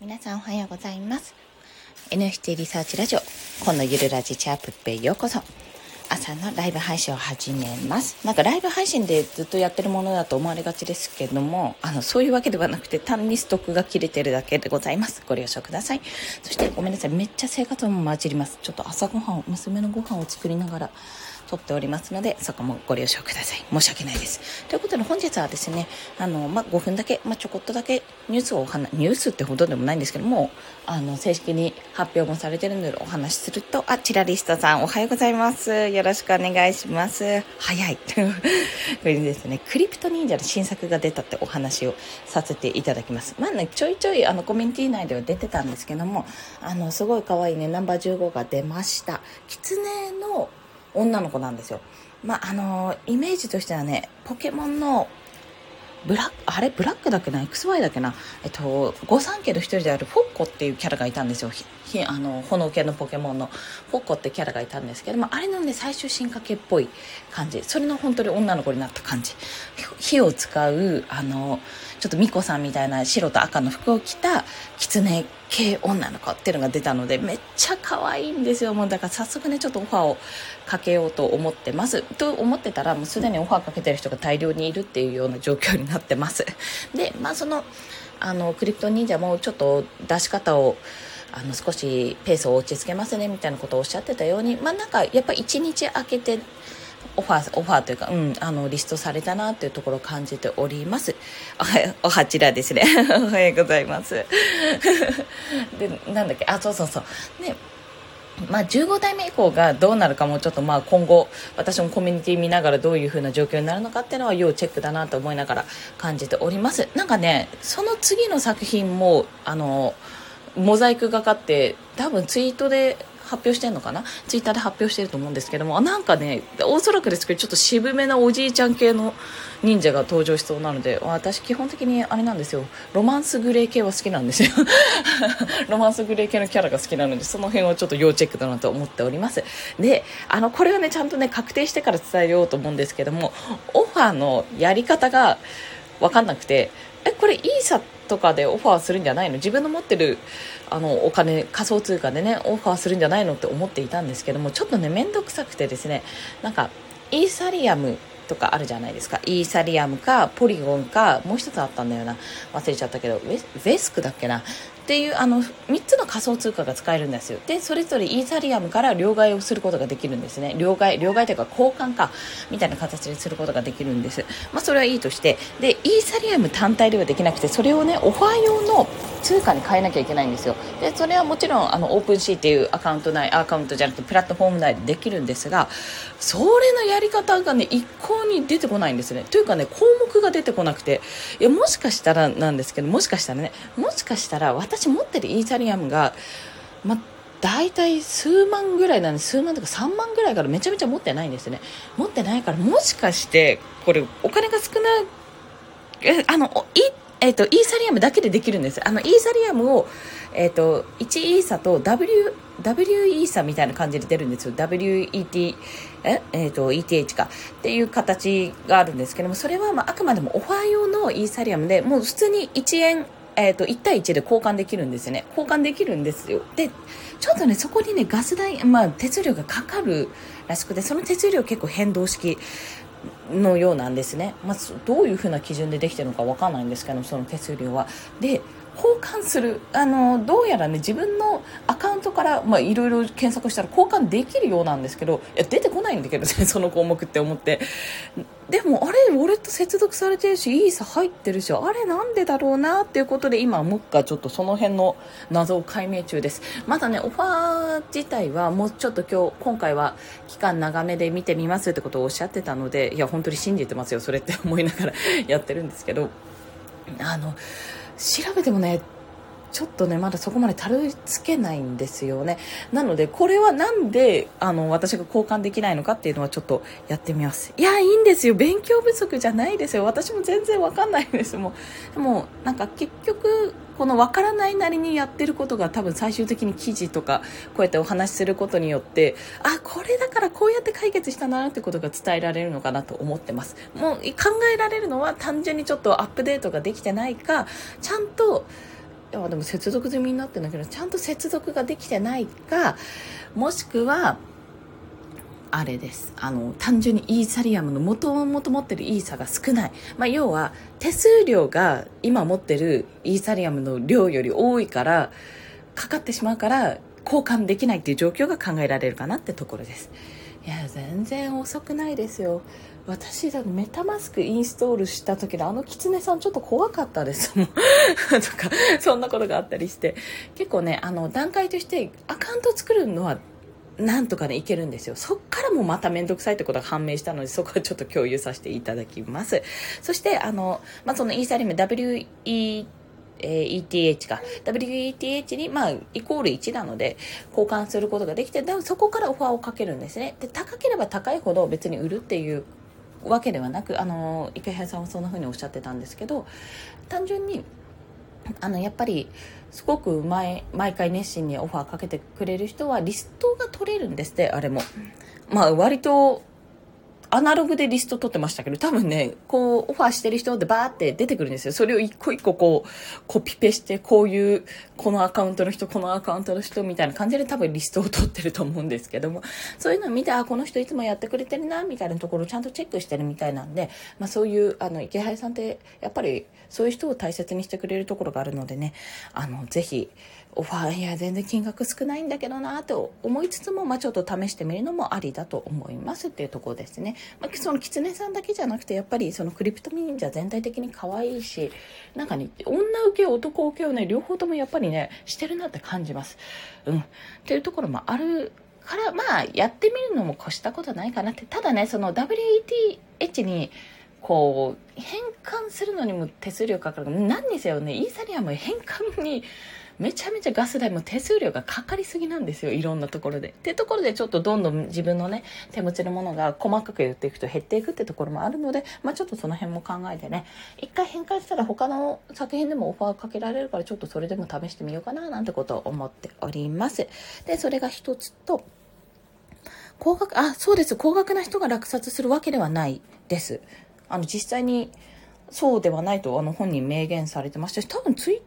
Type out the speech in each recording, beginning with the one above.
皆さんおはようございます。 NFT リサーチラジオ、今のゆるラジチャープッペへようこそ。朝のライブ配信を始めます。なんかライブ配信でずっとやってるものだと思われがちですけども、そういうわけではなくて、単にストックが切れてるだけでございます。ご了承ください。そしてごめんなさい、めっちゃ生活も混じります。ちょっと朝ごはん、娘のご飯を作りながら撮っておりますので、そこもご了承ください。申し訳ないです。ということで本日はですね、5分だけ、ちょこっとだけニュースってほどでもないんですけども、正式に発表もされてるのでお話しすると、チラリストさんおはようございます。よろしくお願いします。早い。これですね、クリプト忍者の新作が出たってお話をさせていただきます。ちょいちょいコミュニティ内では出てたんですけども、すごい可愛いね、ナンバー15が出ました。狐の女の子なんですよ。イメージとしてはね、ポケモンのブラックだっけな XY だっけな、御三家の一人であるフォッコっていうキャラがいたんですよ。炎系のポケモンのフォッコってキャラがいたんですけども、あれのね、最終進化系っぽい感じ、それの本当に女の子になった感じ、火を使うちょっとミコさんみたいな白と赤の服を着た狐系女の子っていうのが出たので、めっちゃ可愛いんですよ。もうだから早速ね、ちょっとオファーをかけようと思ってますと思ってたら、もうすでにオファーかけてる人が大量にいるっていうような状況になってます。で、そのクリプト忍者もちょっと出し方を少しペースを落ち着けますねみたいなことをおっしゃってたように、なんかやっぱり1日空けてオファーというか、リストされたなというところを感じております。おはちらですね。おはようございます。で、なんだっけ、そうね。15代目以降がどうなるかもちょっと今後私もコミュニティ見ながらどういう風な状況になるのかっていうのは要チェックだなと思いながら感じております。なんかね、その次の作品もモザイクがかって多分ツイートで発表してるのかな、ツイッターで発表してると思うんですけども、なんかね、おそらくですけどちょっと渋めなおじいちゃん系の忍者が登場しそうなので、私基本的にあれなんですよ、ロマンスグレー系は好きなんですよ。ロマンスグレー系のキャラが好きなので、その辺はちょっと要チェックだなと思っております。で、これはね、ちゃんとね確定してから伝えようと思うんですけども、オファーのやり方が分かんなくて、これイーサとかでオファーするんじゃないの、自分の持ってるお金、仮想通貨でねオファーするんじゃないのって思っていたんですけども、ちょっとね面倒くさくてですね、なんかイーサリアムとかあるじゃないですか。イーサリアムかポリゴンかもう一つあったんだよな、忘れちゃったけど、ウェスクだっけなっていう3つの仮想通貨が使えるんですよ。で、それぞれイーサリアムから両替をすることができるんですね。両替というか交換かみたいな形ですることができるんです。それはいいとして、でイーサリアム単体ではできなくて、それをねオファー用の通貨に変えなきゃいけないんですよ。で、それはもちろんオープンシーっていうアカウントじゃなくてプラットフォーム内でできるんですが、それのやり方がね一向に出てこないんですね。というかね、項目が出てこなくて、もしかしたらなんですけど、もしかしたら私持ってるイーサリアムがだいたい数万ぐらいなんで、数万とか3万ぐらいからめちゃめちゃ持ってないんですね。持ってないから、もしかしてこれお金が少ないイーサリアムだけでできるんです。イーサリアムを、1イーサと W イーサみたいな感じで出るんですよ。ETH かっていう形があるんですけども、それはあくまでもオファー用のイーサリアムで、もう普通に1円1対1で交換できるんですよね。交換できるんですよ。で、ちょっとね、そこにね、ガス代、手数料がかかるらしくて、その手数料結構変動式のようなんですね。どういう風な基準でできてるのかわかんないんですけど、その手数料は。で、交換するどうやらね、自分のアカウントからいろいろ検索したら交換できるようなんですけど、出てこないんだけどね、その項目って思って。でもあれ、ウォレット接続されてるし、イーサ入ってるし、あれなんでだろうなっていうことで、今もう一回ちょっとその辺の謎を解明中です。まだね、オファー自体はもうちょっと今回は期間長めで見てみますってことをおっしゃってたので、いや本当に信じてますよそれって思いながらやってるんですけど、調べてもね、ちょっとねまだそこまでたどり着けないんですよね。なのでこれはなんで私が交換できないのかっていうのはちょっとやってみます。いや、いいんですよ、勉強不足じゃないですよ。私も全然わかんないです。でもなんか結局このわからないなりにやってることが、多分最終的に記事とかこうやってお話しすることによって、これだからこうやって解決したなってことが伝えられるのかなと思ってます。もう考えられるのは単純にちょっとアップデートができてないか、ちゃんとやでも接続済みになってるんだけど、ちゃんと接続ができてないか、もしくはあれです。単純にイーサリアムの元々持ってるイーサが少ない。要は手数料が今持ってるイーサリアムの量より多いから、かかってしまうから交換できないっていう状況が考えられるかなってところです。いや全然遅くないですよ。私だとメタマスクインストールした時のキツネさんちょっと怖かったですもんとかそんなことがあったりして、結構ね段階としてアカウント作るのはなんとかねいけるんですよ。そっからもまためんどくさいってことが判明したので、そこはちょっと共有させていただきます。そしてそのイーサリアム WETH か WETH にイコール1なので交換することができて、そこからオファーをかけるんですね。で高ければ高いほど別に売るっていうわけではなく、池原さんはそんな風におっしゃってたんですけど、単純にやっぱりすごく毎回熱心にオファーかけてくれる人はリストが取れるんですって。あれも割とアナログでリスト取ってましたけど、多分ねこうオファーしてる人でバーって出てくるんですよ。それを一個一個こうコピペして、このアカウントの人このアカウントの人みたいな感じで多分リストを取ってると思うんですけども、そういうのを見てこの人いつもやってくれてるなみたいなところをちゃんとチェックしてるみたいなんで、そういう池原さんってやっぱりそういう人を大切にしてくれるところがあるのでね、ぜひオファー、いや全然金額少ないんだけどなと思いつつも、ちょっと試してみるのもありだと思いますっていうところですね。そのキツネさんだけじゃなくて、やっぱりそのクリプト忍者全体的に可愛いし、なんかね女受け男受けをね両方ともやっぱりねしてるなって感じます。っていうところもあるからやってみるのも越したことないかなって。ただねその WETH にこう変換するのにも手数料かかる。何にせよねイーサリアム変換にめちゃめちゃガス代も手数料がかかりすぎなんですよ、いろんなところで。ってところでちょっとどんどん自分のね手持ちのものが細かく言っていくと減っていくってところもあるので、ちょっとその辺も考えてね、一回変換したら他の作品でもオファーかけられるから、ちょっとそれでも試してみようかななんてことを思っております。でそれが一つと、そうです。高額な人が落札するわけではないです。実際にそうではないと本人明言されてましたし、多分ツイッ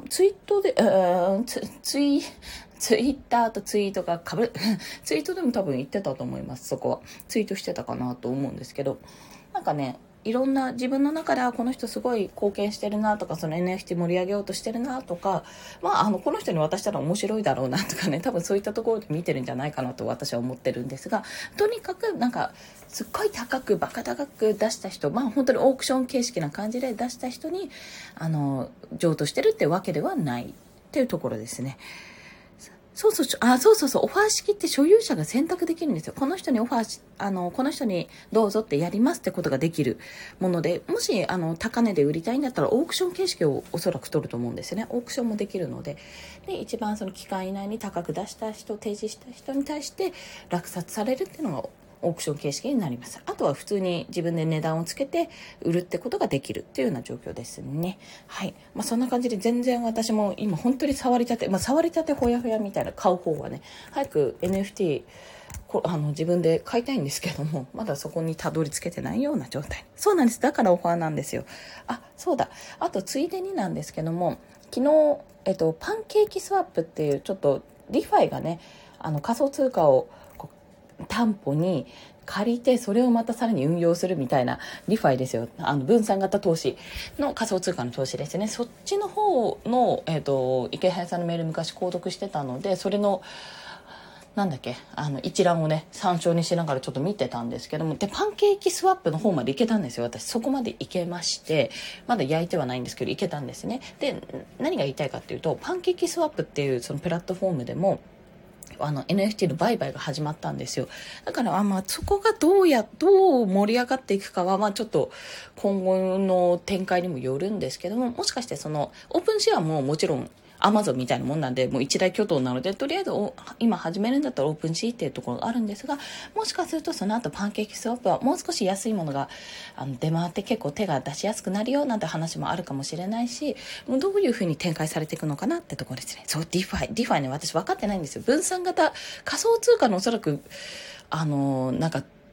ターとツイートがツイートでも多分言ってたと思います。そこはツイートしてたかなと思うんですけど、なんかねいろんな自分の中でこの人すごい貢献してるなとか、その NFT 盛り上げようとしてるなとか、この人に渡したら面白いだろうなとかね、多分そういったところで見てるんじゃないかなと私は思ってるんですが、とにかくなんかすっごいバカ高く出した人、本当にオークション形式な感じで出した人に譲渡してるってわけではないっていうところですね。そうそう、オファー式って所有者が選択できるんですよ。この人にこの人にどうぞってやりますってことができるもので、もし高値で売りたいんだったらオークション形式をおそらく取ると思うんですよね。オークションもできるので、一番その期間以内に高く出した人、提示した人に対して落札されるっていうのがオークション形式になります。あとは普通に自分で値段をつけて売るってことができるっていうような状況ですね。はい。そんな感じで全然私も今本当に触りたてほやほやみたいな買う方はね、早く NFT自分で買いたいんですけども、まだそこにたどり着けてないような状態。そうなんです。だからオファーなんですよ。そうだ。あとついでになんですけども、昨日パンケーキスワップっていうちょっとディファイがね、仮想通貨を担保に借りて、それをまたさらに運用するみたいなリファイですよ。分散型投資の仮想通貨の投資ですね。そっちの方の、池原さんのメール昔購読してたので、それの一覧をね参照にしながらちょっと見てたんですけども、でパンケーキスワップの方まで行けたんですよ。私そこまで行けまして、まだ焼いてはないんですけど行けたんですね。で何が言いたいかっていうと、パンケーキスワップっていうそのプラットフォームでもNFT の売買が始まったんですよ。だからそこがどう盛り上がっていくかはちょっと今後の展開にもよるんですけども、もしかしてそのオープンシェアももちろんアマゾンみたいなもんなんで、もう一大巨頭なので、とりあえず今始めるんだったらオープンシーっていうところがあるんですが、もしかするとその後パンケーキスワップはもう少し安いものが出回って結構手が出しやすくなるよなんて話もあるかもしれないし、もうどういう風に展開されていくのかなってところですね。そう、ディファイね、私分かってないんですよ。分散型仮想通貨のおそらく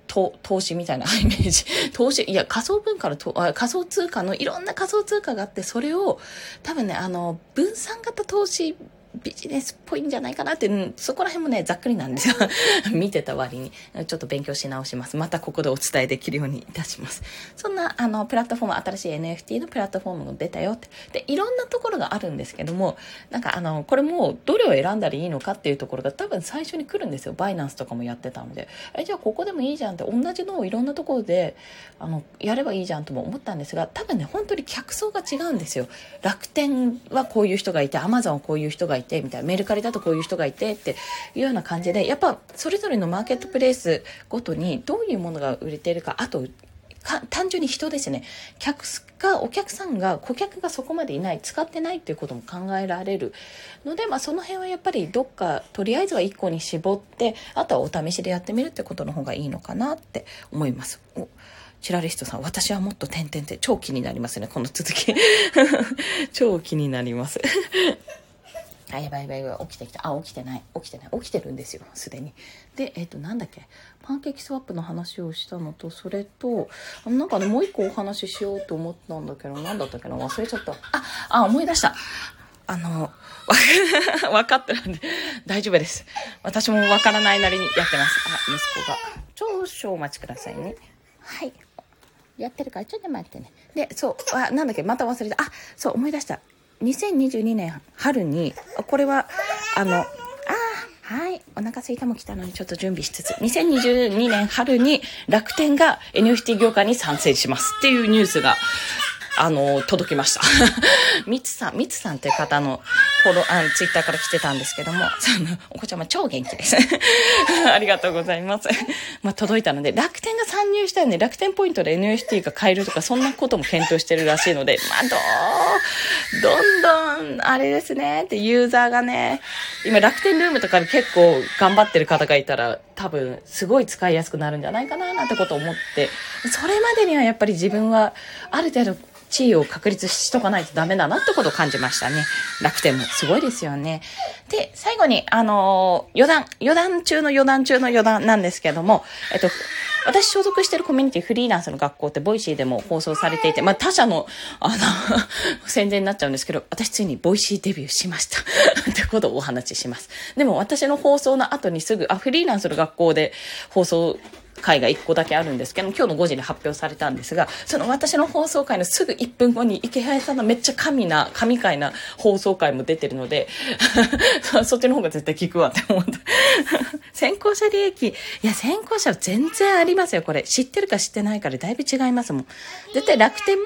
投資みたいなイメージ。投資、いや、仮想文化の仮想通貨のいろんな仮想通貨があって、それを多分ね、分散型投資ビジネスっぽいんじゃないかなって、そこら辺もね、ざっくりなんですよ。見てた割に。ちょっと勉強し直します。またここでお伝えできるようにいたします。そんな、プラットフォーム、新しい NFT のプラットフォームが出たよって。で、いろんなところがあるんですけども、なんかこれもどれを選んだらいいのかっていうところが多分最初に来るんですよ。バイナンスとかもやってたので。じゃあここでもいいじゃんって、同じのをいろんなところで、やればいいじゃんとも思ったんですが、多分ね、本当に客層が違うんですよ。楽天はこういう人がいて、アマゾンはこういう人がいて、みたいな、メルカリだとこういう人がいてっていうような感じで、やっぱそれぞれのマーケットプレイスごとにどういうものが売れているか、あと単純に人ですね。お客さんが、顧客がそこまでいない、使ってないっていうことも考えられるので、その辺はやっぱりどっか、とりあえずは1個に絞って、あとはお試しでやってみるってことの方がいいのかなって思います。チラリストさん、私はもっと点々って超気になりますね、この続き。超気になります。やばい、起きてきた。起きてない。起きてるんですよ、すでに。で、なんだっけ、パンケーキスワップの話をしたのと、それと、なんかね、もう一個お話ししようと思ったんだけど、なんだったっけな、忘れちゃった。思い出した。分かってるんで、大丈夫です。私も分からないなりにやってます。息子が。少々お待ちくださいね。はい。やってるから、ちょっと待ってね。で、そう、なんだっけ、また忘れた。そう、思い出した。2022年春に、これは、はい、お腹空いたも来たのにちょっと準備しつつ、2022年春に楽天が NFT 業界に参戦しますっていうニュースが、届きました。みつさんっていう方のツイッターから来てたんですけども、お子ちゃま超元気です。ありがとうございます。届いたので、楽天が参入したよね。楽天ポイントで NFT が買えるとか、そんなことも検討してるらしいので、どんどん、あれですね、ってユーザーがね、今楽天ルームとかで結構頑張ってる方がいたら、多分、すごい使いやすくなるんじゃないかな、なんてことを思って、それまでにはやっぱり自分は、ある程度、地位を確立しとかないとダメだなってことを感じましたね。楽天もすごいですよね。で、最後に、余談中の余談なんですけども、私所属してるコミュニティフリーランスの学校ってボイシーでも放送されていて、他社の、宣伝になっちゃうんですけど、私ついにボイシーデビューしました。ってことをお話しします。でも私の放送の後にすぐ、フリーランスの学校で放送回が1個だけあるんですけど、今日の5時に発表されたんですが、その私の放送回のすぐ1分後に池原さんのめっちゃ神回な放送回も出てるのでそっちの方が絶対聞くわって思った。先行者利益、いや先行者は全然ありますよ。これ知ってるか知ってないかでだいぶ違いますもん。絶対楽天も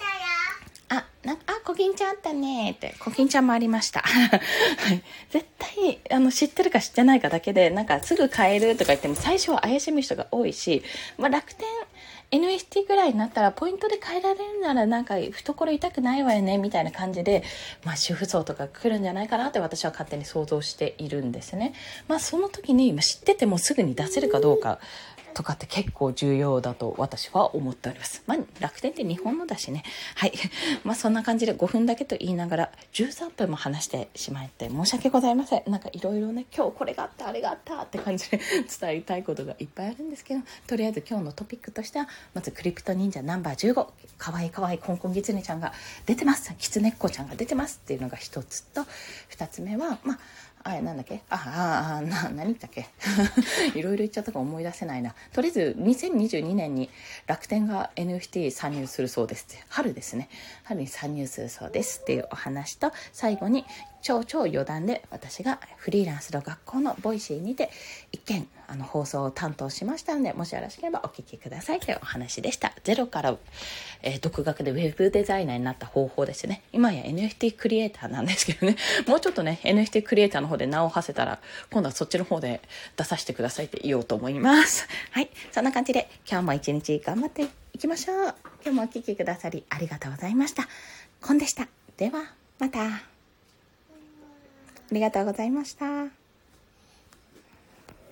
コキンちゃんあったねって、コキンちゃんもありました。絶対、知ってるか知ってないかだけで、なんかすぐ買えるとか言っても最初は怪しむ人が多いし、楽天 NFT ぐらいになったらポイントで買えられるならなんか懐痛くないわよねみたいな感じで、主婦層とか来るんじゃないかなって私は勝手に想像しているんですね。その時に知っててもすぐに出せるかどうかとかって結構重要だと私は思っております。楽天って日本のだしね。はい。そんな感じで5分だけと言いながら13分も話してしまって申し訳ございません。なんかいろいろね、今日これがあったあれがあったって感じで伝えたいことがいっぱいあるんですけど、とりあえず今日のトピックとしては、まずクリプト忍者ナンバー15、かわいいコンコンギツネちゃんが出てます。キツネっ子ちゃんが出てますっていうのが一つと、二つ目はなんだっけ何言ったっけいろいろ言っちゃったから思い出せないな。とりあえず2022年に楽天が NFT 参入するそうですって。春ですね。春に参入するそうですっていうお話と、最後に超余談で私がフリーランスの学校のボイシーにて一件放送を担当しましたので、もしよろしければお聞きくださいというお話でした。ゼロから、独学でウェブデザイナーになった方法ですね。今や NFT クリエイターなんですけどね、もうちょっとね NFT クリエイターの方で名を馳せたら、今度はそっちの方で出させてくださいって言おうと思います。はい、そんな感じで今日も一日頑張っていきましょう。今日もお聞きくださりありがとうございました。コンでした。ではまた。ありがとうございました。